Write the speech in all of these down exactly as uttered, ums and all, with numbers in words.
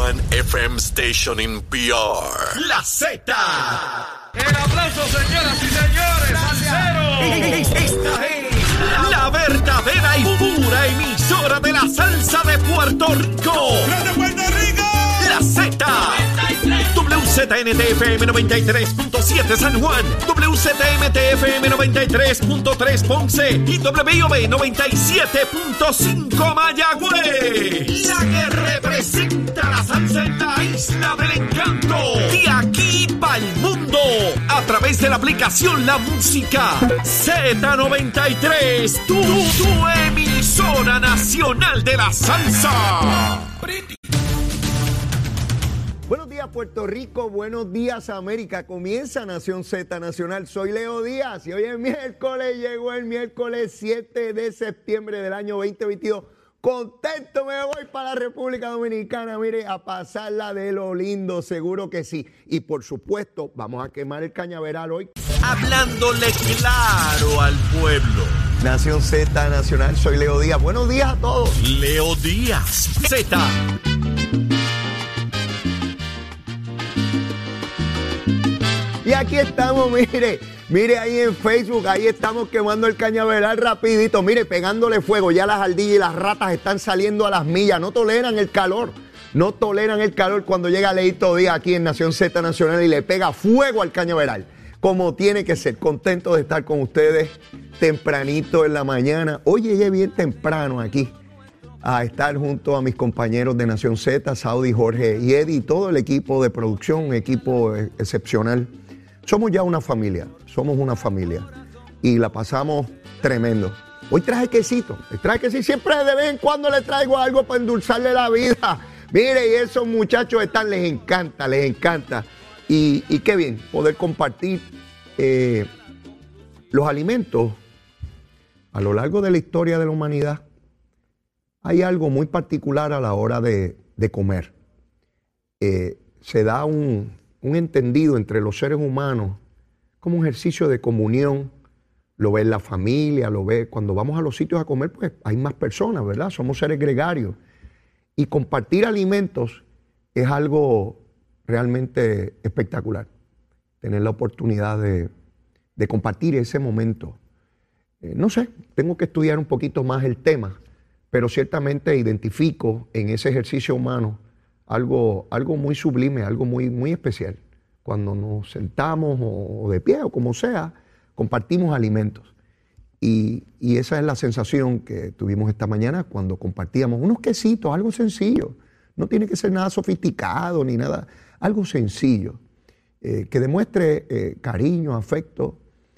one F M station in P R. La Z. El aplauso, señoras y señores. Esta es la verdadera y pura emisora de la salsa de Puerto Rico. ¡De Puerto Rico! La Z. W Z N T F M noventa y tres punto siete San Juan, W Z M T F M noventa y tres punto tres Ponce y W O B noventa y siete punto cinco Mayagüez. La que representa la salsa en la isla del encanto. De aquí para el mundo, a través de la aplicación La Música Z noventa y tres, tu, tu emisora nacional de la salsa. Buenos días, Puerto Rico. Buenos días, América. Comienza Nación Z Nacional. Soy Leo Díaz y hoy es miércoles. Llegó el miércoles siete de septiembre del año veinte veintidós. Contento me voy para la República Dominicana. Mire, a pasarla de lo lindo, seguro que sí. Y por supuesto, vamos a quemar el cañaveral hoy. Hablándole claro al pueblo. Nación Z Nacional. Soy Leo Díaz. Buenos días a todos. Leo Díaz. Z. Y aquí estamos, mire, mire ahí en Facebook, ahí estamos quemando el cañaveral rapidito, mire, pegándole fuego, ya las ardillas y las ratas están saliendo a las millas, no toleran el calor, no toleran el calor cuando llega Leito Díaz aquí en Nación Z Nacional y le pega fuego al cañaveral, como tiene que ser. Contento de estar con ustedes tempranito en la mañana, hoy llegué bien temprano aquí a estar junto a mis compañeros de Nación Z, Saudi, Jorge y Eddie, y todo el equipo de producción, un equipo excepcional. Somos ya una familia, somos una familia y la pasamos tremendo. Hoy traje quesito, traje quesito, siempre de vez en cuando le traigo algo para endulzarle la vida. Mire, y esos muchachos están, les encanta, les encanta. Y, y qué bien poder compartir eh, los alimentos a lo largo de la historia de la humanidad. Hay algo muy particular a la hora de, de comer. Eh, se da un... un entendido entre los seres humanos como un ejercicio de comunión, lo ve en la familia, lo ve cuando vamos a los sitios a comer, pues hay más personas, ¿verdad? Somos seres gregarios. Y compartir alimentos es algo realmente espectacular. Tener la oportunidad de, de compartir ese momento. Eh, no sé, tengo que estudiar un poquito más el tema, pero ciertamente identifico en ese ejercicio humano Algo, algo muy sublime, algo muy, muy especial. Cuando nos sentamos o, o de pie o como sea, compartimos alimentos. Y, y esa es la sensación que tuvimos esta mañana cuando compartíamos unos quesitos, algo sencillo. No tiene que ser nada sofisticado ni nada, algo sencillo. Eh, que demuestre eh, cariño, afecto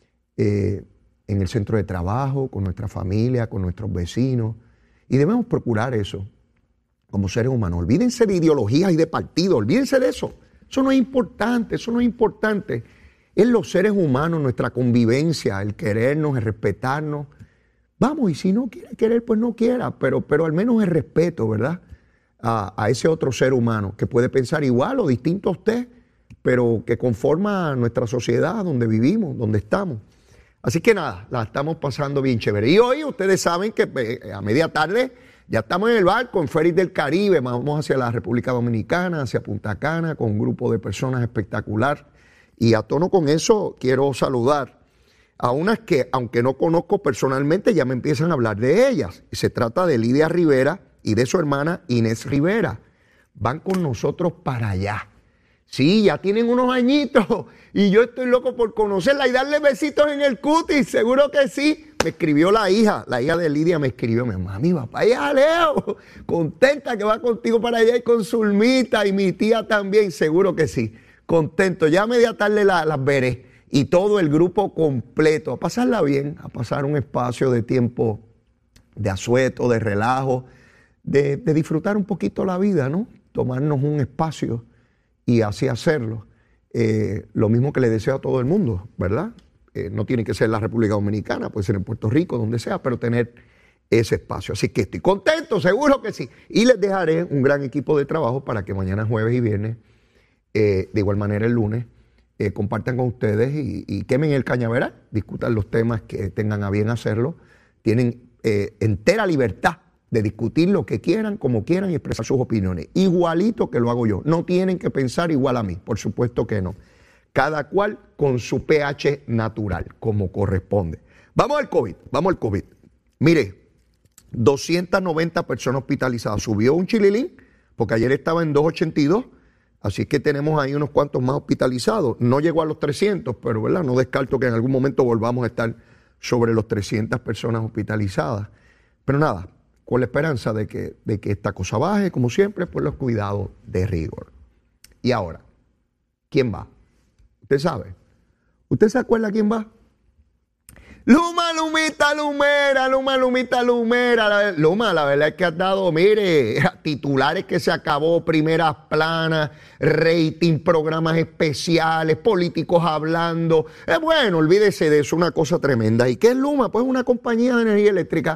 eh, en el centro de trabajo, con nuestra familia, con nuestros vecinos. Y debemos procurar eso como seres humanos. Olvídense de ideologías y de partidos, olvídense de eso. Eso no es importante, eso no es importante. Es los seres humanos, nuestra convivencia, el querernos, el respetarnos. Vamos, y si no quiere querer, pues no quiera, pero, pero al menos el respeto, ¿verdad? A, a ese otro ser humano que puede pensar igual o distinto a usted, pero que conforma nuestra sociedad donde vivimos, donde estamos. Así que nada, la estamos pasando bien chévere. Y hoy ustedes saben que eh, a media tarde ya estamos en el barco, en Ferries del Caribe, vamos hacia la República Dominicana, hacia Punta Cana, con un grupo de personas espectacular. Y a tono con eso, quiero saludar a unas que, aunque no conozco personalmente, ya me empiezan a hablar de ellas. Y se trata de Lidia Rivera y de su hermana Inés Rivera. Van con nosotros para allá. Sí, ya tienen unos añitos y yo estoy loco por conocerla y darle besitos en el cutis, seguro que sí. Me escribió la hija, la hija de Lidia me escribió, mi mami, va para allá, Leo, contenta que va contigo para allá y con Zulmita y mi tía también, seguro que sí, contento, ya a media tarde la, las veré y todo el grupo completo, a pasarla bien, a pasar un espacio de tiempo de asueto, de relajo, de, de disfrutar un poquito la vida, ¿no? Tomarnos un espacio y así hacerlo. Eh, lo mismo que le deseo a todo el mundo, ¿verdad? Eh, no tiene que ser la República Dominicana, puede ser en Puerto Rico, donde sea, pero tener ese espacio. Así que estoy contento, seguro que sí. Y les dejaré un gran equipo de trabajo para que mañana jueves y viernes, eh, de igual manera el lunes, eh, compartan con ustedes y, y quemen el cañaveral, discutan los temas que tengan a bien hacerlo. Tienen eh, entera libertad de discutir lo que quieran, como quieran y expresar sus opiniones. Igualito que lo hago yo. No tienen que pensar igual a mí, por supuesto que no. Cada cual con su pH natural, como corresponde. Vamos al COVID, vamos al COVID. Mire, doscientas noventa personas hospitalizadas. Subió un chililín, porque ayer estaba en doscientos ochenta y dos, así que tenemos ahí unos cuantos más hospitalizados. No llegó a los trescientos, pero ¿verdad? No descarto que en algún momento volvamos a estar sobre los trescientas personas hospitalizadas. Pero nada, con la esperanza de que, de que esta cosa baje, como siempre, por los cuidados de rigor. Y ahora, ¿quién va? ¿Usted sabe? ¿Usted se acuerda quién va? Luma, Lumita, Lumera, Luma, Lumita, Lumera. La, Luma, la verdad es que has dado, mire, titulares que se acabó, primeras planas, rating, programas especiales, políticos hablando. Es bueno, olvídese de eso, una cosa tremenda. ¿Y qué es Luma? Pues una compañía de energía eléctrica.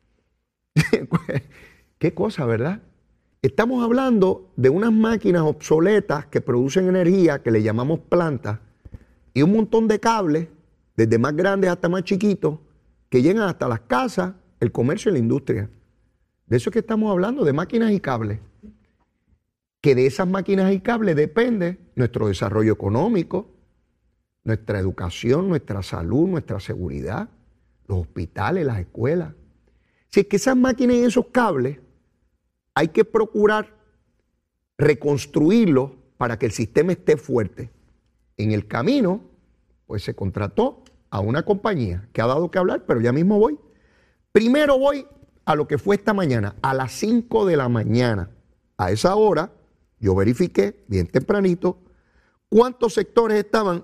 Qué cosa, ¿verdad? Estamos hablando de unas máquinas obsoletas que producen energía, que le llamamos plantas, y un montón de cables, desde más grandes hasta más chiquitos, que llegan hasta las casas, el comercio y la industria. De eso es que estamos hablando, de máquinas y cables. Que de esas máquinas y cables depende nuestro desarrollo económico, nuestra educación, nuestra salud, nuestra seguridad, los hospitales, las escuelas. Si es que esas máquinas y esos cables hay que procurar reconstruirlos para que el sistema esté fuerte. En el camino, pues se contrató a una compañía que ha dado que hablar, pero ya mismo voy. Primero voy a lo que fue esta mañana, a las cinco de la mañana. A esa hora, yo verifiqué bien tempranito cuántos sectores estaban,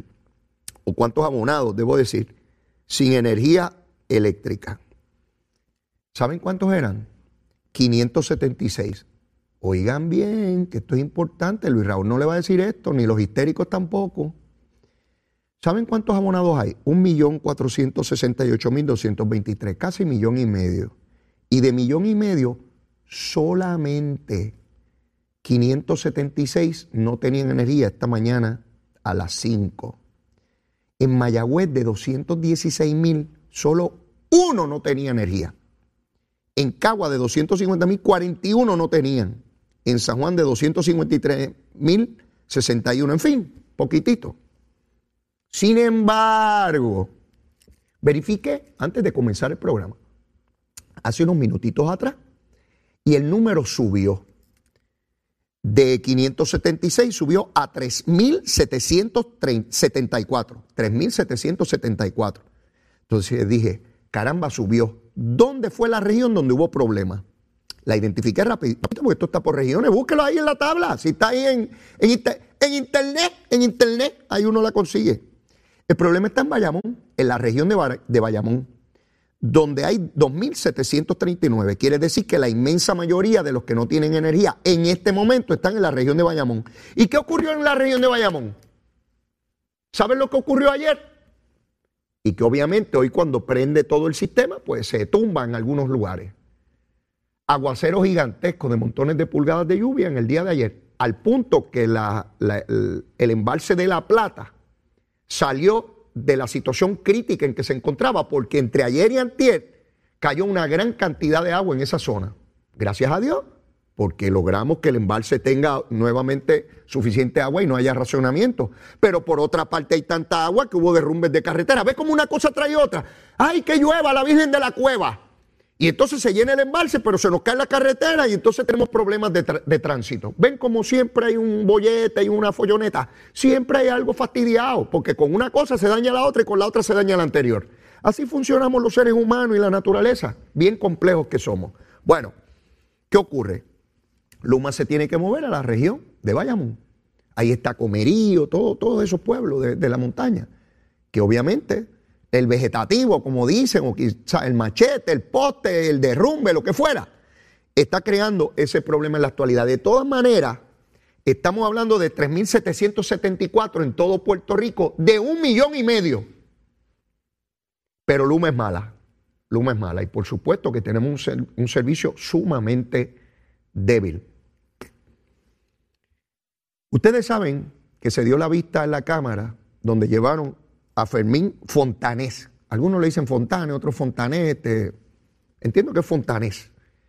o cuántos abonados, debo decir, sin energía eléctrica. ¿Saben cuántos eran? quinientos setenta y seis. Oigan bien, que esto es importante. Luis Raúl no le va a decir esto, ni los histéricos tampoco. ¿Saben cuántos abonados hay? un millón cuatrocientos sesenta y ocho mil doscientos veintitrés, casi millón y medio. Y de millón y medio, solamente quinientos setenta y seis no tenían energía esta mañana a las cinco. En Mayagüez, de doscientos dieciséis mil, solo uno no tenía energía. En Cagua, de doscientos cincuenta mil, cuarenta y uno no tenían. En San Juan, de doscientos cincuenta y tres mil, sesenta y uno. En fin, poquitito. Sin embargo, verifiqué antes de comenzar el programa, hace unos minutitos atrás, y el número subió. De quinientos setenta y seis subió a tres mil setecientos setenta y cuatro. tres mil setecientos setenta y cuatro. Entonces dije, caramba, subió. ¿Dónde fue la región donde hubo problemas? La identifiqué rapidito, porque esto está por regiones. Búsquelo ahí en la tabla. Si está ahí en, en, inter, en internet, en internet, ahí uno la consigue. El problema está en Bayamón, en la región de, de Bayamón, donde hay dos mil setecientos treinta y nueve. Quiere decir que la inmensa mayoría de los que no tienen energía en este momento están en la región de Bayamón. ¿Y qué ocurrió en la región de Bayamón? ¿Saben lo que ocurrió ayer? Y que obviamente hoy cuando prende todo el sistema, pues se tumba en algunos lugares. Aguaceros gigantescos de montones de pulgadas de lluvia en el día de ayer, al punto que la, la, el, el embalse de La Plata salió de la situación crítica en que se encontraba, porque entre ayer y antier cayó una gran cantidad de agua en esa zona. Gracias a Dios, porque logramos que el embalse tenga nuevamente suficiente agua y no haya racionamiento. Pero por otra parte hay tanta agua que hubo derrumbes de carretera. ¿Ves cómo una cosa trae otra? ¡Ay, que llueva la Virgen de la Cueva! Y entonces se llena el embalse, pero se nos cae la carretera y entonces tenemos problemas de, de tránsito. ¿Ven como siempre hay un bollete y una folloneta? Siempre hay algo fastidiado, porque con una cosa se daña la otra y con la otra se daña la anterior. Así funcionamos los seres humanos y la naturaleza, bien complejos que somos. Bueno, ¿qué ocurre? Luma se tiene que mover a la región de Bayamón. Ahí está Comerío, todo, todos esos pueblos de, de la montaña, que obviamente el vegetativo, como dicen, o quizá el machete, el poste, el derrumbe, lo que fuera, está creando ese problema en la actualidad. De todas maneras, estamos hablando de tres mil setecientos setenta y cuatro en todo Puerto Rico, de un millón y medio. Pero Luma es mala, Luma es mala. Y por supuesto que tenemos un, ser, un servicio sumamente débil. Ustedes saben que se dio la vista en la Cámara donde llevaron a Fermín Fontanés. Algunos le dicen Fontanes, otros Fontanete. Entiendo que es Fontanés.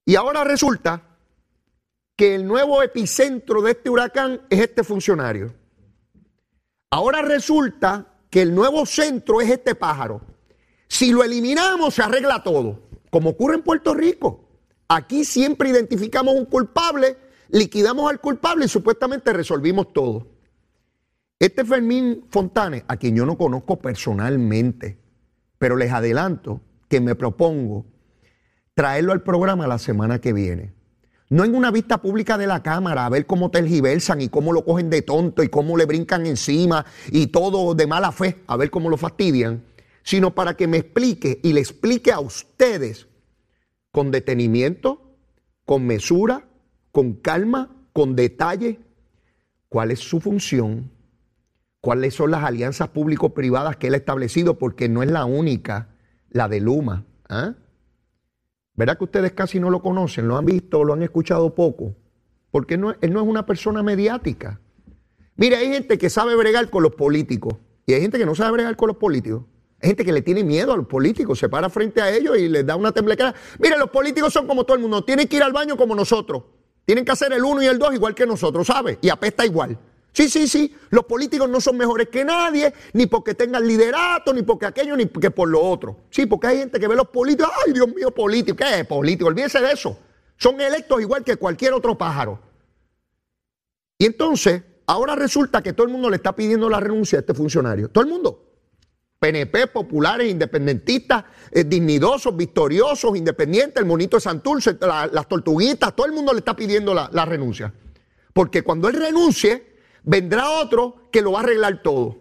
Y ahora resulta que el nuevo epicentro de este huracán es este funcionario. Ahora resulta que el nuevo centro es este pájaro. Si lo eliminamos, se arregla todo, como ocurre en Puerto Rico. Aquí siempre identificamos un culpable, liquidamos al culpable y supuestamente resolvimos todo. Este Fermín Fontanes, a quien yo no conozco personalmente, pero les adelanto que me propongo traerlo al programa la semana que viene. No en una vista pública de la Cámara, a ver cómo tergiversan y cómo lo cogen de tonto y cómo le brincan encima y todo de mala fe, a ver cómo lo fastidian, sino para que me explique y le explique a ustedes con detenimiento, con mesura, con calma, con detalle, cuál es su función, cuáles son las alianzas público-privadas que él ha establecido, porque no es la única, la de Luma. ¿eh? ¿Verdad que ustedes casi no lo conocen? ¿Lo han visto? ¿Lo han escuchado poco? Porque no, él no es una persona mediática. Mire, hay gente que sabe bregar con los políticos y hay gente que no sabe bregar con los políticos. Hay gente que le tiene miedo a los políticos, se para frente a ellos y les da una temblequera. Mire, los políticos son como todo el mundo, tienen que ir al baño como nosotros. Tienen que hacer el uno y el dos igual que nosotros, ¿sabe? Y apesta igual. Sí, sí, sí, los políticos no son mejores que nadie, ni porque tengan liderato, ni porque aquello, ni porque por lo otro. Sí, porque hay gente que ve los políticos, ay, Dios mío, político. ¿Qué es político? Olvídense de eso. Son electos igual que cualquier otro pájaro. Y entonces, ahora resulta que todo el mundo le está pidiendo la renuncia a este funcionario. Todo el mundo. P N P, populares, independentistas, eh, dignidosos, victoriosos, independientes, el monito de Santurce, la, las tortuguitas, todo el mundo le está pidiendo la, la renuncia. Porque cuando él renuncie, vendrá otro que lo va a arreglar todo.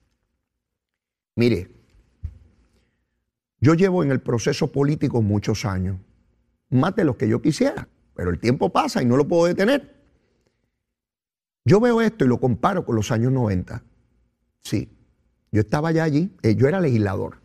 Mire, yo llevo en el proceso político muchos años, más de los que yo quisiera, pero el tiempo pasa y no lo puedo detener. Yo veo esto y lo comparo con los años noventa. Sí, yo estaba ya allí, eh, yo era legislador.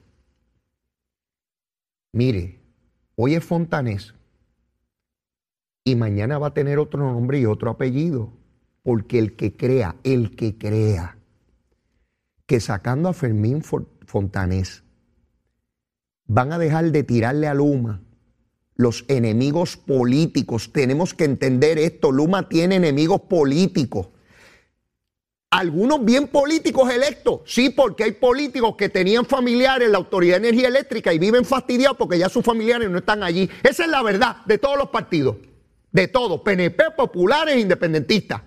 Mire, hoy es Fontanés y mañana va a tener otro nombre y otro apellido. Porque el que crea, el que crea, que sacando a Fermín Fontanés van a dejar de tirarle a Luma los enemigos políticos. Tenemos que entender esto, Luma tiene enemigos políticos. Algunos bien políticos electos, sí, porque hay políticos que tenían familiares en la Autoridad de Energía Eléctrica y viven fastidiados porque ya sus familiares no están allí. Esa es la verdad de todos los partidos, de todos, P N P, populares e independentistas.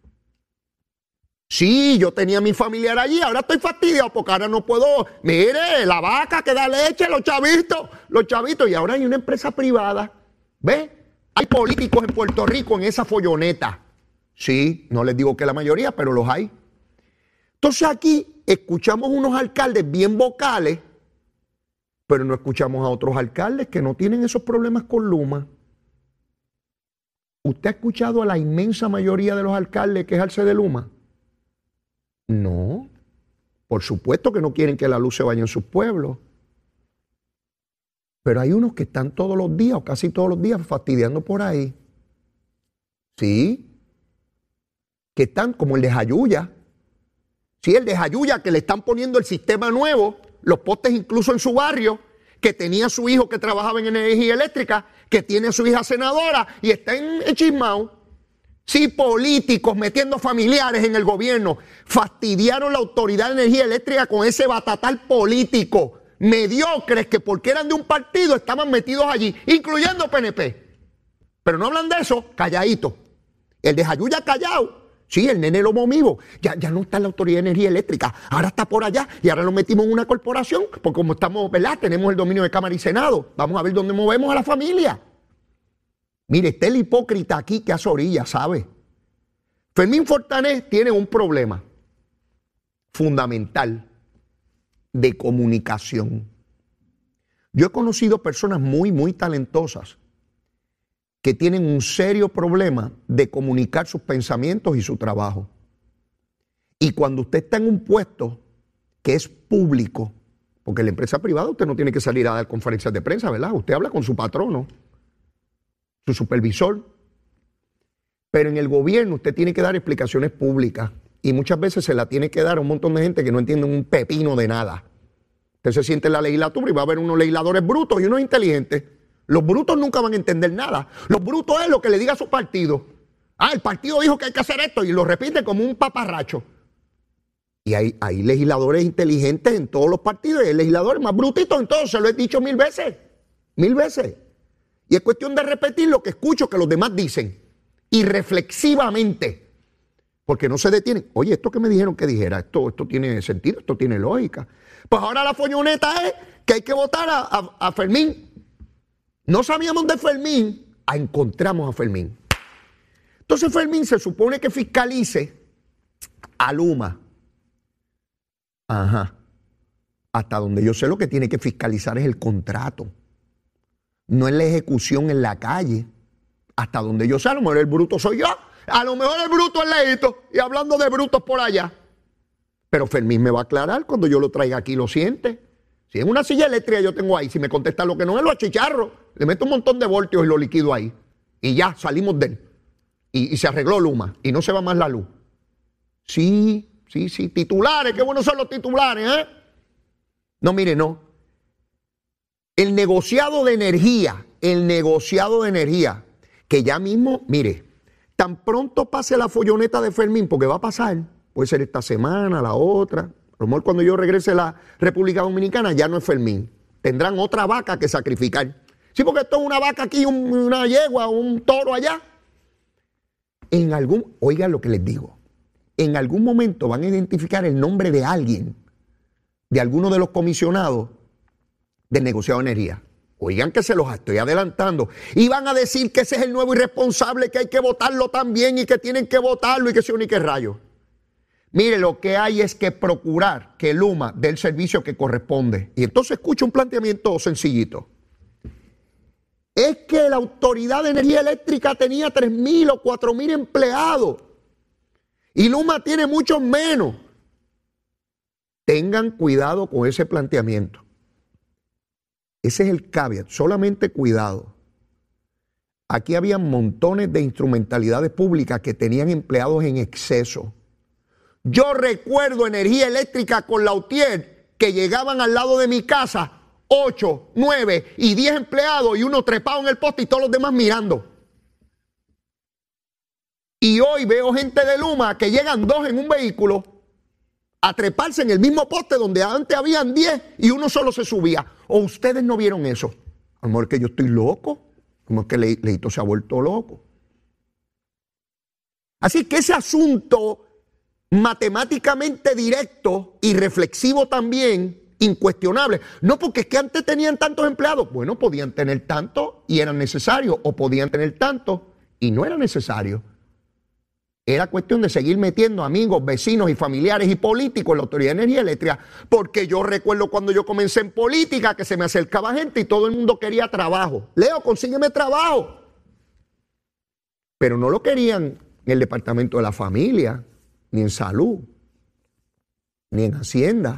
Sí, yo tenía a mi familiar allí, ahora estoy fastidiado porque ahora no puedo, mire, la vaca que da leche, los chavitos, los chavitos, y ahora hay una empresa privada, ¿ve? Hay políticos en Puerto Rico en esa folloneta. Sí, no les digo que la mayoría, pero los hay. Entonces aquí escuchamos unos alcaldes bien vocales, pero no escuchamos a otros alcaldes que no tienen esos problemas con Luma. ¿Usted ha escuchado a la inmensa mayoría de los alcaldes quejarse de Luma? No, por supuesto que no quieren que la luz se vaya en sus pueblos. Pero hay unos que están todos los días o casi todos los días fastidiando por ahí. Sí, que están como el de Jayuya. Sí, el de Jayuya que le están poniendo el sistema nuevo, los postes incluso en su barrio, que tenía a su hijo que trabajaba en energía eléctrica, que tiene a su hija senadora y está en, en Chismao. Sí, políticos metiendo familiares en el gobierno, fastidiaron la Autoridad de Energía Eléctrica con ese batatal político, mediocres que porque eran de un partido estaban metidos allí, incluyendo P N P. Pero no hablan de eso, calladito. El de Jayuya callado. Sí, el nene Lomo Vivo, ya, ya no está en la Autoridad de Energía Eléctrica, ahora está por allá y ahora lo metimos en una corporación, porque como estamos, ¿verdad? Tenemos el dominio de Cámara y Senado, vamos a ver dónde movemos a la familia. Mire, está el hipócrita aquí que hace orilla, ¿sabe? Fermín Fontanés tiene un problema fundamental de comunicación. Yo he conocido personas muy, muy talentosas que tienen un serio problema de comunicar sus pensamientos y su trabajo. Y cuando usted está en un puesto que es público, porque en la empresa privada usted no tiene que salir a dar conferencias de prensa, ¿verdad? Usted habla con su patrono, su supervisor, pero en el gobierno usted tiene que dar explicaciones públicas y muchas veces se la tiene que dar a un montón de gente que no entiende un pepino de nada. Usted se siente en la legislatura y va a haber unos legisladores brutos y unos inteligentes. Los brutos nunca van a entender nada. Los brutos es lo que le diga a su partido. Ah, el partido dijo que hay que hacer esto y lo repite como un paparracho. Y hay, hay legisladores inteligentes en todos los partidos y hay legisladores más brutitos en todos. Se lo he dicho mil veces. Mil veces. Y es cuestión de repetir lo que escucho que los demás dicen. Y reflexivamente. Porque no se detienen. Oye, esto que me dijeron que dijera, esto, esto tiene sentido, esto tiene lógica. Pues ahora la folloneta es que hay que votar a, a, a Fermín. No sabíamos de Fermín, a encontramos a Fermín. Entonces Fermín se supone que fiscalice a Luma. Ajá. Hasta donde yo sé lo que tiene que fiscalizar es el contrato. No es la ejecución en la calle. Hasta donde yo sé, a lo mejor el bruto soy yo. A lo mejor el bruto es Leito. Y hablando de brutos por allá. Pero Fermín me va a aclarar cuando yo lo traiga aquí, lo siente. Si en una silla eléctrica yo tengo ahí, si me contesta lo que no es, lo achicharro. Le meto un montón de voltios y lo liquido ahí. Y ya, salimos de él. Y, y se arregló Luma. Y no se va más la luz. Sí, sí, sí. Titulares, qué buenos son los titulares, ¿eh? No, mire, no. El negociado de energía, el negociado de energía, que ya mismo, mire, tan pronto pase la folloneta de Fermín, porque va a pasar, puede ser esta semana, la otra, a lo mejor cuando yo regrese a la República Dominicana ya no es Fermín, tendrán otra vaca que sacrificar. Sí, porque esto es una vaca aquí, un, una yegua, un toro allá. En algún, oigan lo que les digo, en algún momento van a identificar el nombre de alguien, de alguno de los comisionados del negociado de energía. Oigan que se los estoy adelantando. Y van a decir que ese es el nuevo irresponsable, que hay que votarlo también y que tienen que votarlo y que se ni que rayo. Mire, lo que hay es que procurar que Luma dé el servicio que corresponde. Y entonces escucha un planteamiento sencillito. Es que la Autoridad de Energía Eléctrica tenía tres mil o cuatro mil empleados. Y Luma tiene muchos menos. Tengan cuidado con ese planteamiento. Ese es el caveat, solamente cuidado. Aquí había montones de instrumentalidades públicas que tenían empleados en exceso. Yo recuerdo energía eléctrica con Lautier que llegaban al lado de mi casa ocho, nueve y diez empleados y uno trepado en el poste y todos los demás mirando. Y hoy veo gente de Luma que llegan dos en un vehículo a treparse en el mismo poste donde antes habían diez y uno solo se subía. ¿O ustedes no vieron eso? A lo mejor es que yo estoy loco, como es que Le- Leito se ha vuelto loco. Así que ese asunto matemáticamente directo y reflexivo también, incuestionable. No porque es que antes tenían tantos empleados. Bueno, podían tener tanto y eran necesarios, o podían tener tanto y no era necesario. Era cuestión de seguir metiendo amigos, vecinos y familiares y políticos en la Autoridad de Energía Eléctrica, porque yo recuerdo cuando yo comencé en política que se me acercaba gente y todo el mundo quería trabajo. Leo, consígueme trabajo. Pero no lo querían en el Departamento de la Familia, ni en Salud, ni en Hacienda.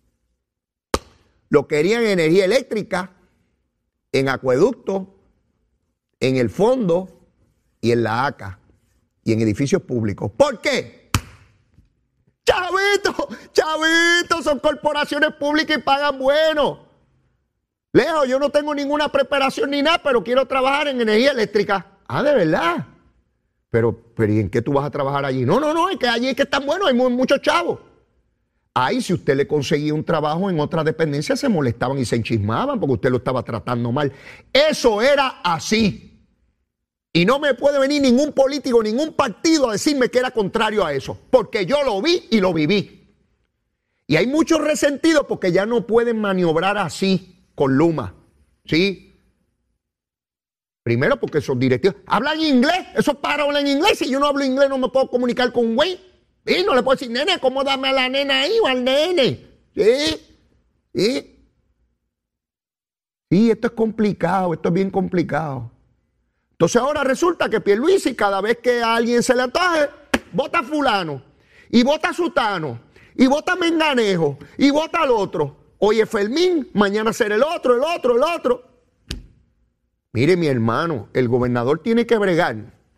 Lo querían en Energía Eléctrica, en Acueducto, en el Fondo y en la A C A. Y en edificios públicos. ¿Por qué? Chavito, chavito, son corporaciones públicas y pagan bueno. Leo, yo no tengo ninguna preparación ni nada, pero quiero trabajar en energía eléctrica. Ah, ¿de verdad? Pero, pero ¿y en qué tú vas a trabajar allí? No, no, no, es que allí es que están buenos, hay muchos chavos. Ahí, si usted le conseguía un trabajo en otra dependencia, se molestaban y se enchismaban porque usted lo estaba tratando mal. Eso era así. Y no me puede venir ningún político, ningún partido a decirme que era contrario a eso, porque yo lo vi y lo viví. Y hay muchos resentidos porque ya no pueden maniobrar así con Luma, ¿sí? Primero porque esos directivos hablan inglés, esos pájaros hablan inglés. Si yo no hablo inglés no me puedo comunicar con un güey. Y no le puedo decir, nene, acomódame a la nena ahí o al nene. ¿Sí? ¿Sí? Sí, esto es complicado, esto es bien complicado. Entonces ahora resulta que Pierluisi, cada vez que a alguien se le antoje, vota fulano, y vota sutano, y vota menganejo, y vota al otro. Hoy es Fermín, mañana será el otro, el otro, el otro. Mire, mi hermano, el gobernador tiene que bregar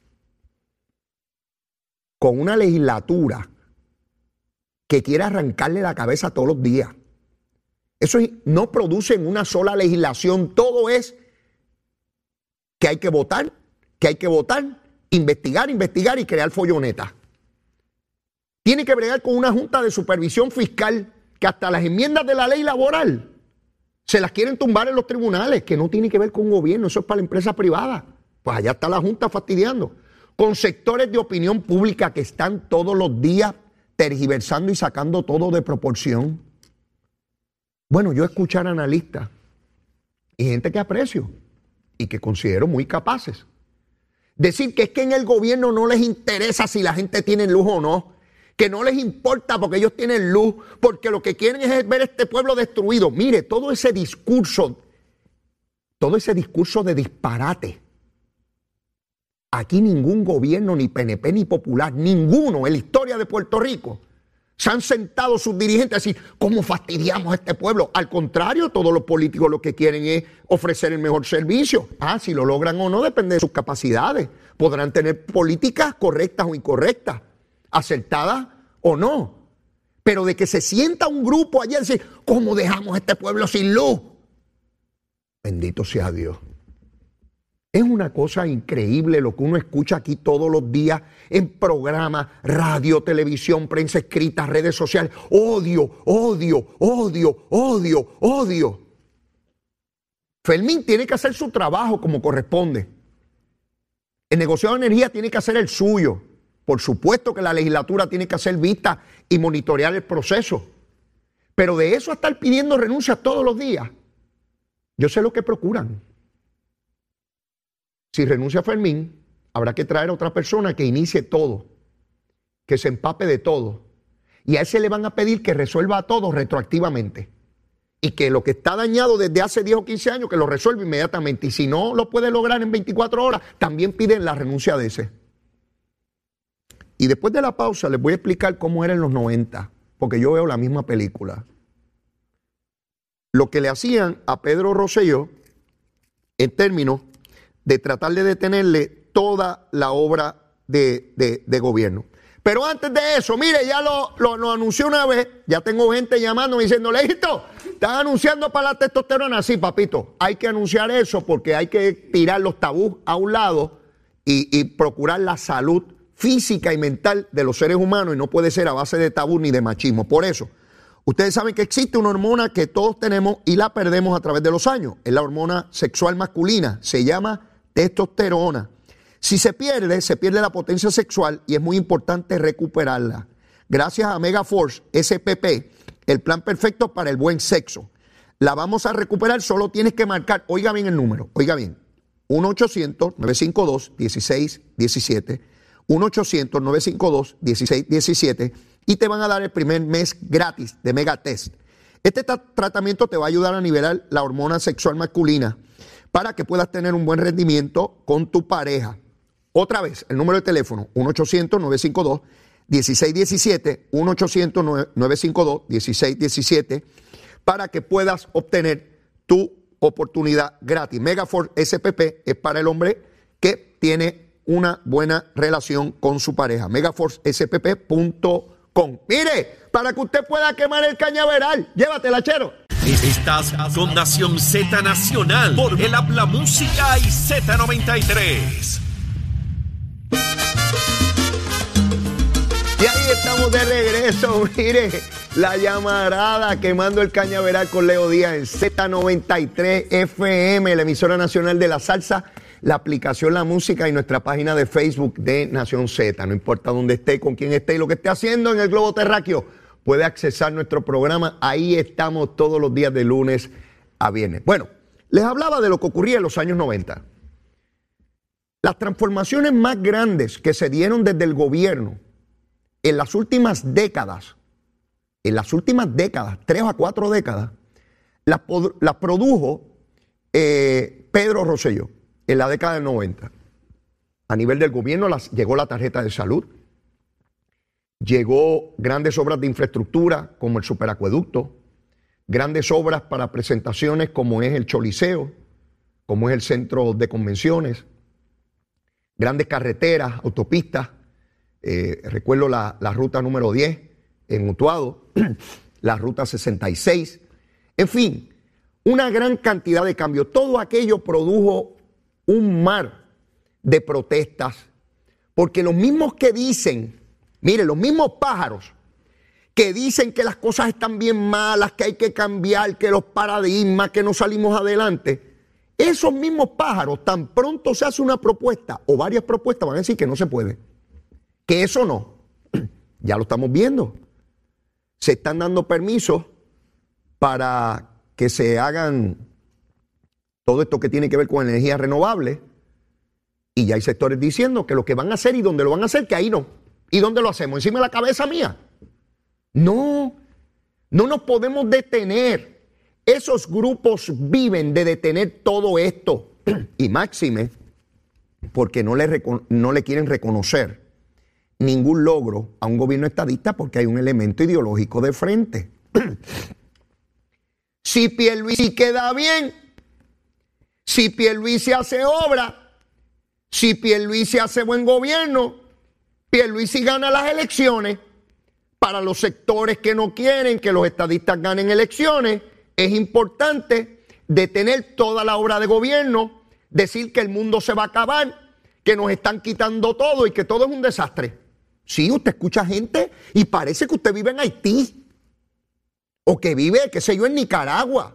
con una legislatura que quiere arrancarle la cabeza todos los días. Eso no produce en una sola legislación, todo es que hay que votar, que hay que votar, investigar, investigar y crear follonetas. Tiene que bregar con una junta de supervisión fiscal que hasta las enmiendas de la ley laboral se las quieren tumbar en los tribunales, que no tiene que ver con un gobierno, eso es para la empresa privada. Pues allá está la junta fastidiando. Con sectores de opinión pública que están todos los días tergiversando y sacando todo de proporción. Bueno, yo escuchar analistas y gente que aprecio y que considero muy capaces. Decir que es que en el gobierno no les interesa si la gente tiene luz o no, que no les importa porque ellos tienen luz, porque lo que quieren es ver este pueblo destruido. Mire, todo ese discurso, todo ese discurso de disparate. Aquí ningún gobierno, ni P N P ni Popular, ninguno en la historia de Puerto Rico, se han sentado sus dirigentes a decir, ¿cómo fastidiamos a este pueblo? Al contrario, todos los políticos lo que quieren es ofrecer el mejor servicio. Ah, si lo logran o no depende de sus capacidades. Podrán tener políticas correctas o incorrectas, acertadas o no. Pero de que se sienta un grupo allí y decir, ¿cómo dejamos a este pueblo sin luz? Bendito sea Dios. Es una cosa increíble lo que uno escucha aquí todos los días en programas, radio, televisión, prensa escrita, redes sociales. Odio, odio, odio, odio, odio. Fermín tiene que hacer su trabajo como corresponde. El negociado de energía tiene que hacer el suyo. Por supuesto que la legislatura tiene que hacer vista y monitorear el proceso. Pero de eso a estar pidiendo renuncias todos los días, yo sé lo que procuran. Si renuncia Fermín, habrá que traer a otra persona que inicie todo, que se empape de todo. Y a ese le van a pedir que resuelva a todo retroactivamente. Y que lo que está dañado desde hace diez o quince años, que lo resuelva inmediatamente. Y si no lo puede lograr en veinticuatro horas, también piden la renuncia de ese. Y después de la pausa les voy a explicar cómo era en los noventa, porque yo veo la misma película. Lo que le hacían a Pedro Rosselló en términos de tratar de detenerle toda la obra de, de, de gobierno. Pero antes de eso, mire, ya lo, lo, lo anuncié una vez, ya tengo gente llamándome diciendo, Lejito, ¿están anunciando para la testosterona? Sí, papito, hay que anunciar eso porque hay que tirar los tabús a un lado y, y procurar la salud física y mental de los seres humanos, y no puede ser a base de tabú ni de machismo. Por eso, ustedes saben que existe una hormona que todos tenemos y la perdemos a través de los años. Es la hormona sexual masculina, se llama testosterona. Si se pierde, se pierde la potencia sexual y es muy importante recuperarla. Gracias a Megaforce S P P, el plan perfecto para el buen sexo. La vamos a recuperar, solo tienes que marcar, oiga bien el número, oiga bien, uno ochocientos, nueve cinco dos, uno seis uno siete, uno ochocientos, nueve cinco dos, uno seis uno siete y te van a dar el primer mes gratis de Megatest. Este tra- tratamiento te va a ayudar a nivelar la hormona sexual masculina para que puedas tener un buen rendimiento con tu pareja. Otra vez, el número de teléfono, uno ochocientos, nueve cinco dos, uno seis uno siete, uno ochocientos, nueve cinco dos, uno seis uno siete, para que puedas obtener tu oportunidad gratis. Megaforce S P P es para el hombre que tiene una buena relación con su pareja. megaforce s p p punto com. Mire, para que usted pueda quemar el cañaveral, llévatela, chero. Estás con Nación Z Nacional por el Habla Música y Z noventa y tres. Y ahí estamos de regreso, mire, la llamarada quemando el cañaveral con Leo Díaz en Z noventa y tres F M, la emisora nacional de la salsa, la aplicación La Música y nuestra página de Facebook de Nación Z. No importa dónde esté, con quién esté y lo que esté haciendo en el globo terráqueo, puede accesar nuestro programa. Ahí estamos todos los días de lunes a viernes. Bueno, les hablaba de lo que ocurría en los años noventa. Las transformaciones más grandes que se dieron desde el gobierno en las últimas décadas, en las últimas décadas, tres a cuatro décadas, las, las produjo eh, Pedro Rosselló en la década del noventa. A nivel del gobierno las, llegó la tarjeta de salud, llegó grandes obras de infraestructura como el superacueducto, grandes obras para presentaciones como es el Choliseo, como es el centro de convenciones, grandes carreteras, autopistas. Eh, recuerdo la, la ruta número diez en Utuado, la ruta sesenta y seis, en fin, una gran cantidad de cambios. Todo aquello produjo un mar de protestas, porque los mismos que dicen, mire, los mismos pájaros que dicen que las cosas están bien malas, que hay que cambiar, que los paradigmas, que no salimos adelante, esos mismos pájaros, tan pronto se hace una propuesta o varias propuestas, van a decir que no se puede, que eso no. Ya lo estamos viendo. Se están dando permisos para que se hagan todo esto que tiene que ver con energías renovables, y ya hay sectores diciendo que lo que van a hacer y dónde lo van a hacer, que ahí no. ¿Y dónde lo hacemos? ¿Encima de la cabeza mía? No, no nos podemos detener. Esos grupos viven de detener todo esto. Y máxime, porque no le, no le quieren reconocer ningún logro a un gobierno estadista, porque hay un elemento ideológico de frente. Si Pierluisi queda bien, si Pierluisi hace obra, si Pierluisi hace buen gobierno, Pierluisi gana las elecciones. Para los sectores que no quieren que los estadistas ganen elecciones, es importante detener toda la obra de gobierno, decir que el mundo se va a acabar, que nos están quitando todo y que todo es un desastre. Sí, usted escucha gente y parece que usted vive en Haití, o que vive, qué sé yo, en Nicaragua,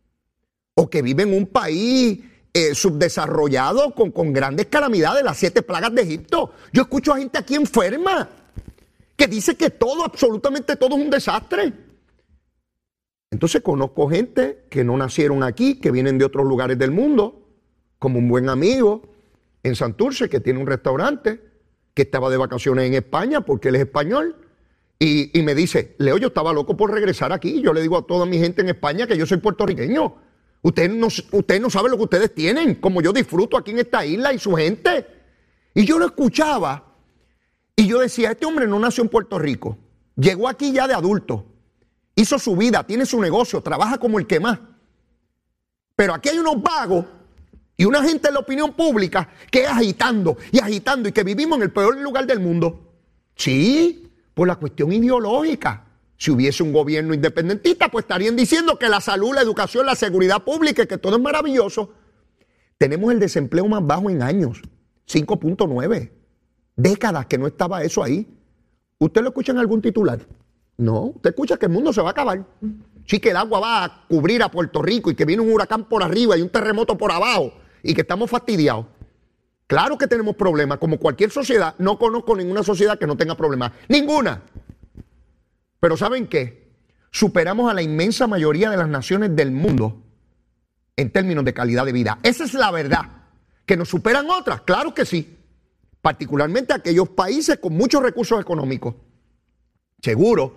o que vive en un país eh, subdesarrollado con, con grandes calamidades, las siete plagas de Egipto. Yo escucho a gente aquí enferma que dice que todo, absolutamente todo es un desastre. Entonces conozco gente que no nacieron aquí, que vienen de otros lugares del mundo, como un buen amigo en Santurce, que tiene un restaurante, que estaba de vacaciones en España porque él es español, y, y me dice, Leo, yo estaba loco por regresar aquí. Yo le digo a toda mi gente en España que yo soy puertorriqueño. Ustedes no, ustedes no saben lo que ustedes tienen, como yo disfruto aquí en esta isla y su gente. Y yo lo escuchaba y yo decía, este hombre no nació en Puerto Rico, llegó aquí ya de adulto, hizo su vida, tiene su negocio, trabaja como el que más. Pero aquí hay unos vagos y una gente en la opinión pública que es agitando y agitando y que vivimos en el peor lugar del mundo. Sí, por la cuestión ideológica. Si hubiese un gobierno independentista, pues estarían diciendo que la salud, la educación, la seguridad pública y que todo es maravilloso. Tenemos el desempleo más bajo en años, cinco punto nueve. Décadas que no estaba eso ahí. ¿Usted lo escucha en algún titular? No, usted escucha que el mundo se va a acabar. Sí, que el agua va a cubrir a Puerto Rico y que viene un huracán por arriba y un terremoto por abajo y que estamos fastidiados. Claro que tenemos problemas, como cualquier sociedad. No conozco ninguna sociedad que no tenga problemas. Ninguna. Pero ¿saben qué? Superamos a la inmensa mayoría de las naciones del mundo en términos de calidad de vida. Esa es la verdad. ¿Que nos superan otras? Claro que sí. Particularmente aquellos países con muchos recursos económicos. Seguro.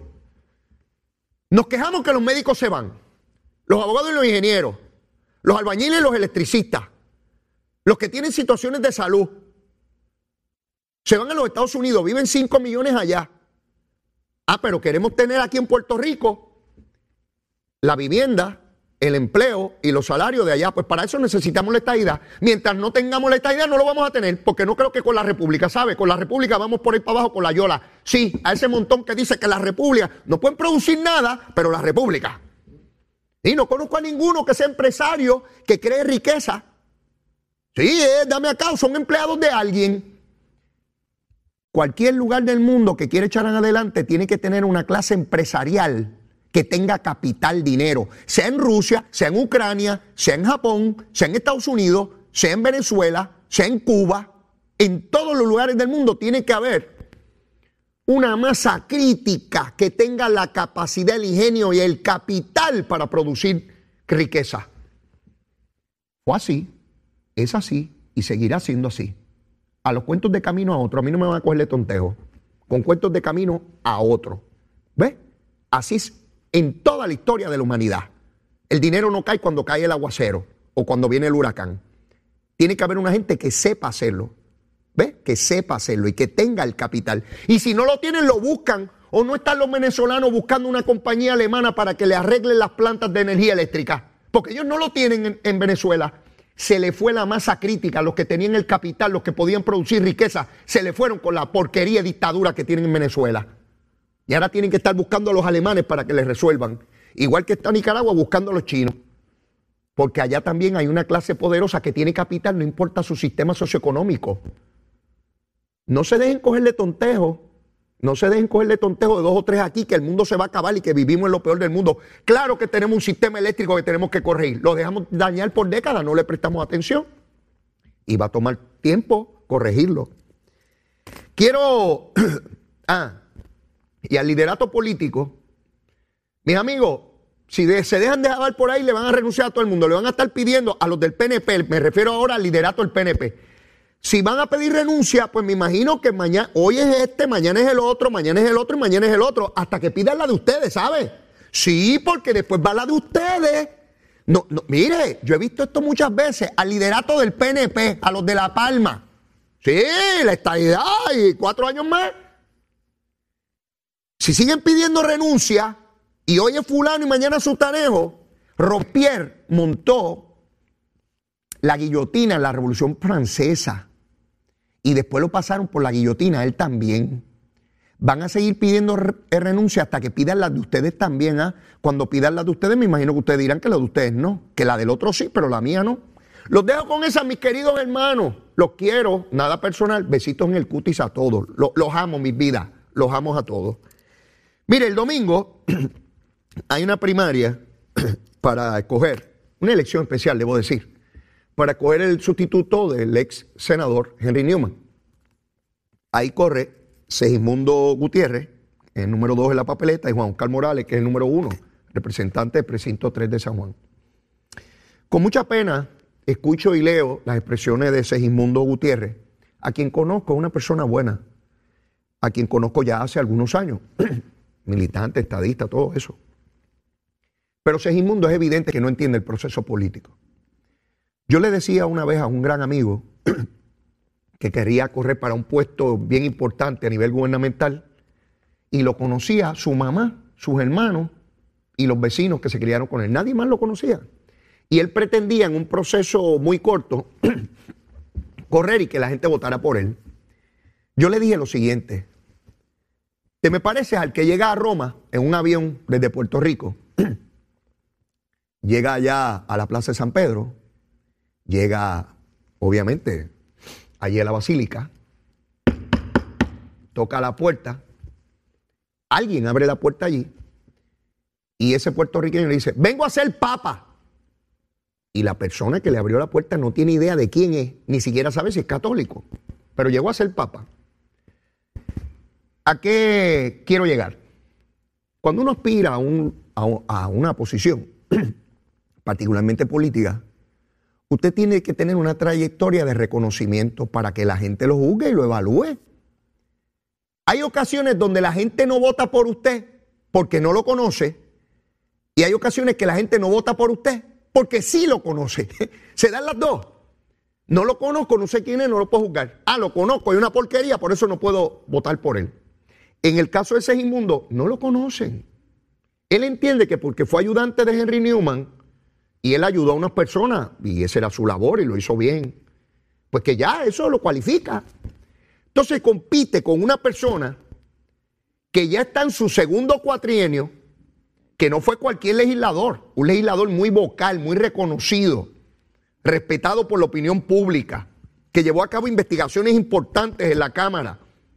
Nos quejamos que los médicos se van, los abogados y los ingenieros, los albañiles y los electricistas, los que tienen situaciones de salud, se van a los Estados Unidos, viven cinco millones allá. Ah, pero queremos tener aquí en Puerto Rico la vivienda, el empleo y los salarios de allá. Pues para eso necesitamos la estadidad. Mientras no tengamos la estadidad no lo vamos a tener, porque no creo que con la república, ¿sabe? Con la república vamos por ahí para abajo con la yola. Sí, a ese montón que dice que la república no pueden producir nada, pero la república. Y no conozco a ninguno que sea empresario que cree riqueza. Sí, eh, dame acá, son empleados de alguien. Cualquier lugar del mundo que quiere echar adelante tiene que tener una clase empresarial que tenga capital, dinero, sea en Rusia, sea en Ucrania, sea en Japón, sea en Estados Unidos, sea en Venezuela, sea en Cuba. En todos los lugares del mundo tiene que haber una masa crítica que tenga la capacidad, el ingenio y el capital para producir riqueza. Fue así, es así y seguirá siendo así. A los cuentos de camino a otro, a mí no me van a cogerle tontejo. Con cuentos de camino a otro. ¿Ves? Así es en toda la historia de la humanidad. El dinero no cae cuando cae el aguacero o cuando viene el huracán. Tiene que haber una gente que sepa hacerlo. ¿Ves? Que sepa hacerlo y que tenga el capital. Y si no lo tienen, lo buscan. O no están los venezolanos buscando una compañía alemana para que le arreglen las plantas de energía eléctrica. Porque ellos no lo tienen en, en Venezuela. Se le fue la masa crítica, los que tenían el capital, los que podían producir riqueza, se le fueron con la porquería de dictadura que tienen en Venezuela. Y ahora tienen que estar buscando a los alemanes para que les resuelvan. Igual que está Nicaragua buscando a los chinos. Porque allá también hay una clase poderosa que tiene capital, no importa su sistema socioeconómico. No se dejen coger de tontejo. No se dejen coger de tontejo de dos o tres aquí, que el mundo se va a acabar y que vivimos en lo peor del mundo. Claro que tenemos un sistema eléctrico que tenemos que corregir. Lo dejamos dañar por décadas, no le prestamos atención. Y va a tomar tiempo corregirlo. Quiero... ah, y al liderato político, mis amigos, si de, se dejan de jabar por ahí, le van a renunciar a todo el mundo. Le van a estar pidiendo a los del P N P, me refiero ahora al liderato del P N P. Si van a pedir renuncia, pues me imagino que mañana, hoy es este, mañana es el otro, mañana es el otro y mañana es el otro, hasta que pidan la de ustedes, ¿sabe? Sí, porque después va la de ustedes. No, no, mire, yo he visto esto muchas veces, al liderato del P N P, a los de La Palma. Sí, la estadidad y cuatro años más. Si siguen pidiendo renuncia, y hoy es fulano y mañana es sutanejo, Robespierre montó la guillotina en la Revolución Francesa. Y después lo pasaron por la guillotina, él también. Van a seguir pidiendo re renuncia hasta que pidan las de ustedes también. ¿eh? Cuando pidan las de ustedes, me imagino que ustedes dirán que la de ustedes no. Que la del otro sí, pero la mía no. Los dejo con esas, mis queridos hermanos. Los quiero, nada personal. Besitos en el cutis a todos. Los, los amo, mis vidas. Los amo a todos. Mire, el domingo hay una primaria para escoger, una elección especial, debo decir, para escoger el sustituto del ex senador Henry Newman. Ahí corre Segismundo Gutiérrez, el número dos en la papeleta, y Juan Oscar Morales, que es el número uno, representante del precinto tres de San Juan. Con mucha pena escucho y leo las expresiones de Segismundo Gutiérrez, a quien conozco, una persona buena, a quien conozco ya hace algunos años, militante, estadista, todo eso. Pero Segismundo es evidente que no entiende el proceso político. Yo le decía una vez a un gran amigo que quería correr para un puesto bien importante a nivel gubernamental y lo conocía su mamá, sus hermanos y los vecinos que se criaron con él. Nadie más lo conocía. Y él pretendía en un proceso muy corto correr y que la gente votara por él. Yo le dije lo siguiente: ¿te me pareces al que llega a Roma en un avión desde Puerto Rico? Llega allá a la Plaza de San Pedro, llega, obviamente, allí a la Basílica, toca la puerta, alguien abre la puerta allí y ese puertorriqueño le dice: vengo a ser papa. Y la persona que le abrió la puerta no tiene idea de quién es, ni siquiera sabe si es católico, pero llegó a ser papa. ¿A qué quiero llegar? Cuando uno aspira a, un, a, a una posición, particularmente política, usted tiene que tener una trayectoria de reconocimiento para que la gente lo juzgue y lo evalúe. Hay ocasiones donde la gente no vota por usted porque no lo conoce, y hay ocasiones que la gente no vota por usted porque sí lo conoce. Se dan las dos. No lo conozco, no sé quién es, no lo puedo juzgar. Ah, lo conozco, hay una porquería, por eso no puedo votar por él. En el caso de Segismundo, no lo conocen. Él entiende que porque fue ayudante de Henry Newman y él ayudó a unas personas, y esa era su labor y lo hizo bien, pues que ya eso lo cualifica. Entonces compite con una persona que ya está en su segundo cuatrienio, que no fue cualquier legislador, un legislador muy vocal, muy reconocido, respetado por la opinión pública, que llevó a cabo investigaciones importantes en la Cámara.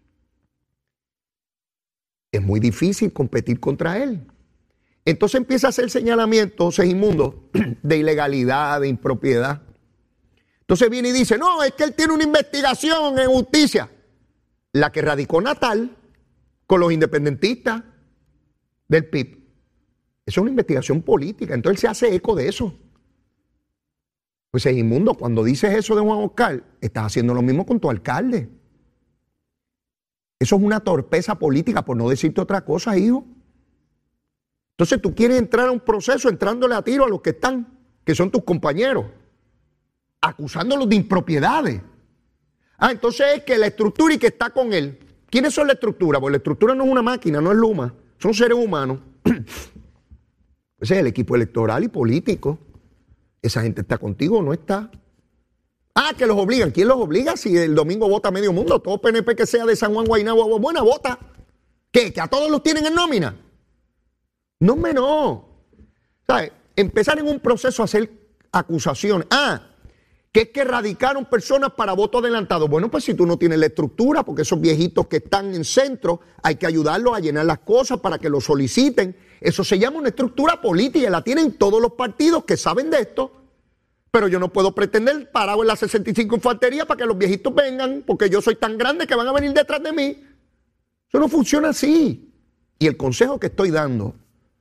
Es muy difícil competir contra él. Entonces empieza a hacer señalamientos, Segismundo, de ilegalidad, de impropiedad. Entonces viene y dice: no, es que él tiene una investigación en justicia, la que radicó Natal con los independentistas del P I B. Eso es una investigación política, entonces él se hace eco de eso. Pues Segismundo, cuando dices eso de Juan Oscar, estás haciendo lo mismo con tu alcalde. Eso es una torpeza política, por no decirte otra cosa, hijo. Entonces tú quieres entrar a un proceso entrándole a tiro a los que están, que son tus compañeros, acusándolos de impropiedades. Ah, entonces es que la estructura y que está con él. ¿Quiénes son la estructura? Pues la estructura no es una máquina, no es Luma, son seres humanos. Ese es el equipo electoral y político. Esa gente está contigo o no está. Ah, que los obligan. ¿Quién los obliga? Si el domingo vota medio mundo, todo P N P que sea de San Juan, Guaynabo, Agua Buena, vota. ¿Qué? ¿Que a todos los tienen en nómina? No, me no. ¿Sabes? Empezar en un proceso a hacer, acusaciones. Ah, que es que radicaron personas para voto adelantado. Bueno, pues si tú no tienes la estructura, porque esos viejitos que están en centro, hay que ayudarlos a llenar las cosas para que lo soliciten. Eso se llama una estructura política y la tienen todos los partidos que saben de esto. Pero yo no puedo pretender parado en la sesenta y cinco Infantería para que los viejitos vengan, porque yo soy tan grande que van a venir detrás de mí. Eso no funciona así. Y el consejo que estoy dando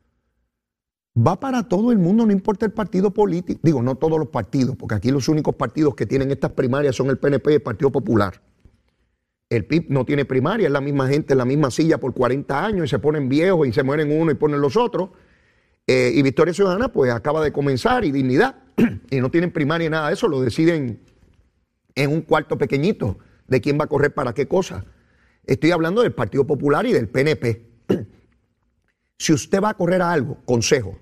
va para todo el mundo, no importa el partido político. Digo, no todos los partidos, porque aquí los únicos partidos que tienen estas primarias son el P N P y el Partido Popular. El P I B no tiene primaria, es la misma gente en la misma silla por cuarenta años y se ponen viejos y se mueren uno y ponen los otros. Eh, y Victoria Ciudadana pues acaba de comenzar y Dignidad y no tienen primaria y nada de eso, lo deciden en un cuarto pequeñito de quién va a correr para qué cosa. Estoy hablando del Partido Popular y del P N P. Si usted va a correr a algo, consejo,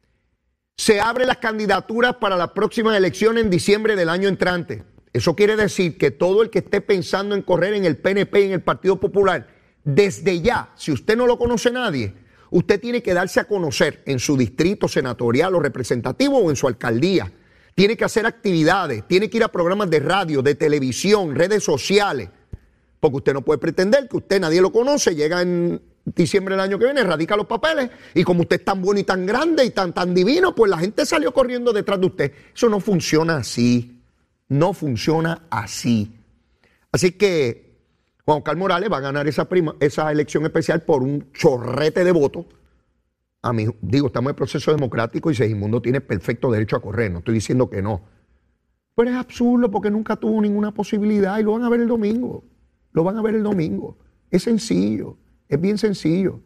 se abren las candidaturas para las próximas elecciones en diciembre del año entrante. Eso quiere decir que todo el que esté pensando en correr en el P N P y en el Partido Popular, desde ya, si usted no lo conoce nadie, usted tiene que darse a conocer en su distrito senatorial o representativo o en su alcaldía. Tiene que hacer actividades, tiene que ir a programas de radio, de televisión, redes sociales, porque usted no puede pretender que usted, nadie lo conoce, llega en diciembre del año que viene, radica los papeles y como usted es tan bueno y tan grande y tan, tan divino, pues la gente salió corriendo detrás de usted. Eso no funciona así, no funciona así. Así que Juan Oscar Morales va a ganar esa, prima, esa elección especial por un chorrete de votos. A mí, digo, estamos en proceso democrático y Segismundo tiene perfecto derecho a correr, no estoy diciendo que no. Pero es absurdo porque nunca tuvo ninguna posibilidad y lo van a ver el domingo. Lo van a ver el domingo. Es sencillo. Es bien sencillo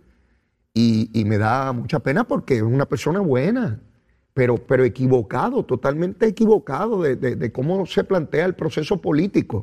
y, y me da mucha pena porque es una persona buena, pero, pero equivocado, totalmente equivocado de, de, de cómo se plantea el proceso político.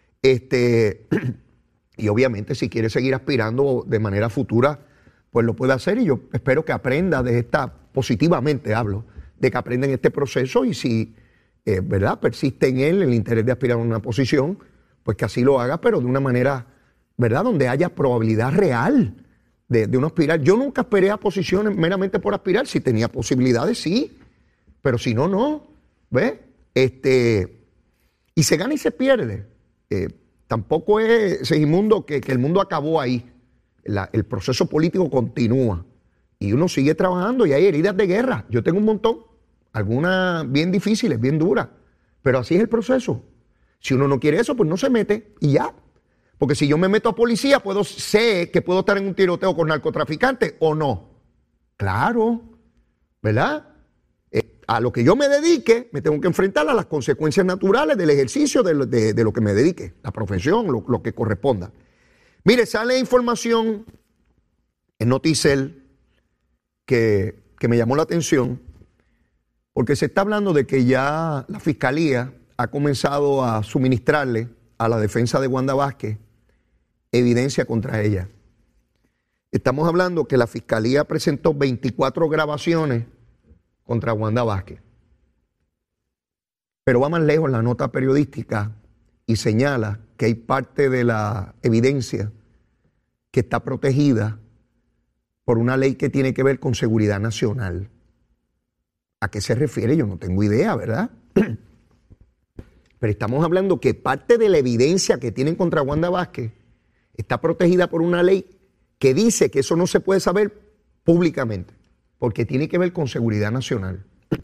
Este, y obviamente si quiere seguir aspirando de manera futura, pues lo puede hacer y yo espero que aprenda de esta, positivamente hablo, de que aprenda en este proceso y si eh, ¿verdad? persiste en él el interés de aspirar a una posición, pues que así lo haga, pero de una manera, ¿verdad? Donde haya probabilidad real de, de uno aspirar. Yo nunca aspiré a posiciones meramente por aspirar. Si tenía posibilidades, sí. Pero si no, no. ¿Ves? Este, y se gana y se pierde. Eh, tampoco es, Segismundo, que, que el mundo acabó ahí. La, el proceso político continúa. Y uno sigue trabajando y hay heridas de guerra. Yo tengo un montón. Algunas bien difíciles, bien duras. Pero así es el proceso. Si uno no quiere eso, pues no se mete y ya. Porque si yo me meto a policía, puedo sé que puedo estar en un tiroteo con narcotraficantes o no. Claro, ¿verdad? Eh, a lo que yo me dedique, me tengo que enfrentar a las consecuencias naturales del ejercicio de lo, de, de lo que me dedique, la profesión, lo, lo que corresponda. Mire, sale información en Noticel que, que me llamó la atención porque se está hablando de que ya la Fiscalía ha comenzado a suministrarle a la defensa de Wanda Vázquez evidencia contra ella. Estamos hablando que la Fiscalía presentó veinticuatro grabaciones contra Wanda Vázquez. Pero va más lejos la nota periodística y señala que hay parte de la evidencia que está protegida por una ley que tiene que ver con seguridad nacional. ¿A qué se refiere? Yo no tengo idea, ¿verdad? Pero estamos hablando que parte de la evidencia que tienen contra Wanda Vázquez está protegida por una ley que dice que eso no se puede saber públicamente, porque tiene que ver con seguridad nacional.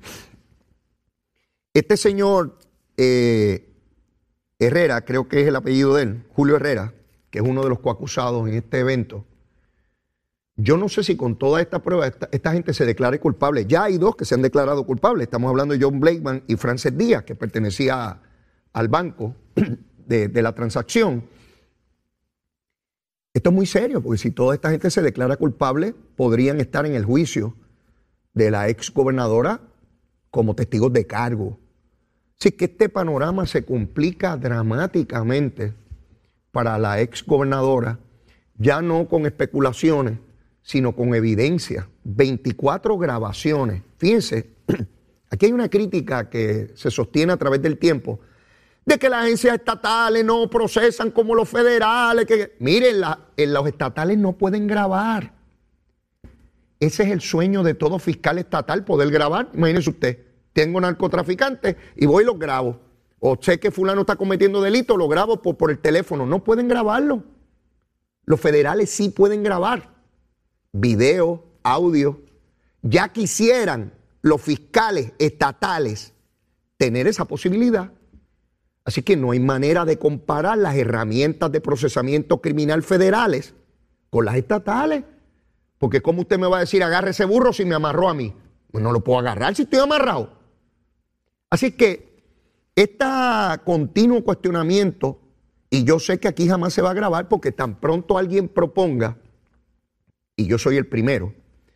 Este señor eh, Herrera, creo que es el apellido de él, Julio Herrera, que es uno de los coacusados en este evento, yo no sé si con toda esta prueba esta, esta gente se declare culpable. Ya hay dos que se han declarado culpables. Estamos hablando de John Blakeman y Frances Díaz, que pertenecía a al banco de, de la transacción. Esto es muy serio, porque si toda esta gente se declara culpable, podrían estar en el juicio de la ex gobernadora como testigos de cargo. Así que este panorama se complica dramáticamente para la ex gobernadora, ya no con especulaciones, sino con evidencia. veinticuatro grabaciones. Fíjense, aquí hay una crítica que se sostiene a través del tiempo, de que las agencias estatales no procesan como los federales. Que, miren, la, en los estatales no pueden grabar. Ese es el sueño de todo fiscal estatal, poder grabar. Imagínense usted, tengo narcotraficantes y voy y los grabo. O sé que fulano está cometiendo delito, lo grabo por, por el teléfono. No pueden grabarlo. Los federales sí pueden grabar video, audio. Ya quisieran los fiscales estatales tener esa posibilidad. Así que no hay manera de comparar las herramientas de procesamiento criminal federales con las estatales. Porque ¿cómo usted me va a decir agarre ese burro si me amarró a mí? Pues no lo puedo agarrar si estoy amarrado. Así que este continuo cuestionamiento, y yo sé que aquí jamás se va a grabar porque tan pronto alguien proponga, y yo soy el primero,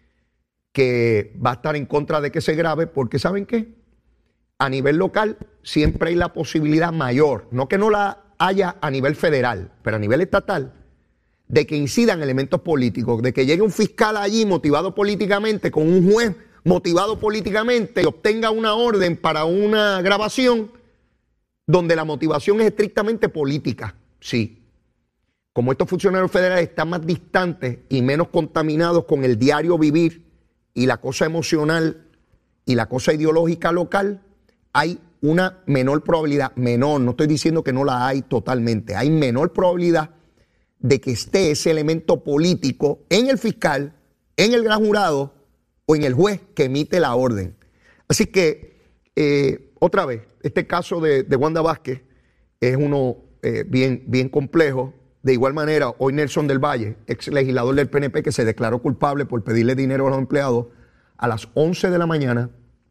que va a estar en contra de que se grabe, porque ¿saben qué? A nivel local siempre hay la posibilidad mayor, no que no la haya a nivel federal, pero a nivel estatal, de que incidan elementos políticos, de que llegue un fiscal allí motivado políticamente, con un juez motivado políticamente, y obtenga una orden para una grabación donde la motivación es estrictamente política. Sí. Como estos funcionarios federales están más distantes y menos contaminados con el diario vivir y la cosa emocional y la cosa ideológica local, hay una menor probabilidad, menor, no estoy diciendo que no la hay totalmente, hay menor probabilidad de que esté ese elemento político en el fiscal, en el gran jurado o en el juez que emite la orden. Así que, eh, otra vez, este caso de, de Wanda Vázquez es uno eh, bien, bien complejo. De igual manera, hoy Nelson del Valle, ex legislador del P N P que se declaró culpable por pedirle dinero a los empleados, a las once de la mañana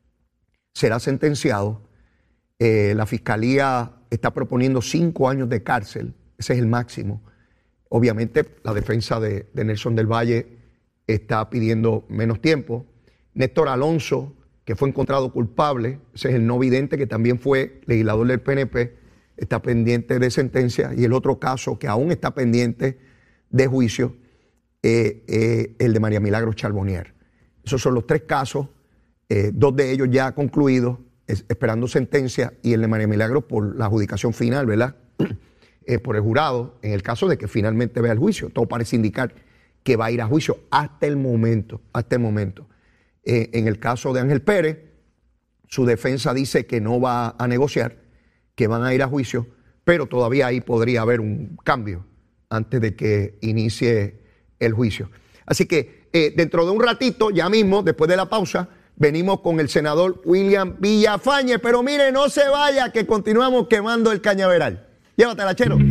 será sentenciado. Eh, la Fiscalía está proponiendo cinco años de cárcel, ese es el máximo. Obviamente la defensa de, de Nelson del Valle está pidiendo menos tiempo. Néstor Alonso, que fue encontrado culpable, ese es el no vidente que también fue legislador del P N P, está pendiente de sentencia. Y el otro caso que aún está pendiente de juicio, eh, eh, el de María Milagros Charbonnier. Esos son los tres casos, eh, dos de ellos ya concluidos, es, esperando sentencia, y el de María Milagros por la adjudicación final, ¿verdad? Eh, por el jurado, en el caso de que finalmente vea el juicio. Todo parece indicar que va a ir a juicio hasta el momento, hasta el momento. Eh, en el caso de Ángel Pérez, su defensa dice que no va a negociar, que van a ir a juicio, pero todavía ahí podría haber un cambio antes de que inicie el juicio. Así que eh, dentro de un ratito, ya mismo, después de la pausa, venimos con el senador William Villafañe, pero mire, no se vaya, que continuamos quemando el cañaveral. Llévatela, Chero.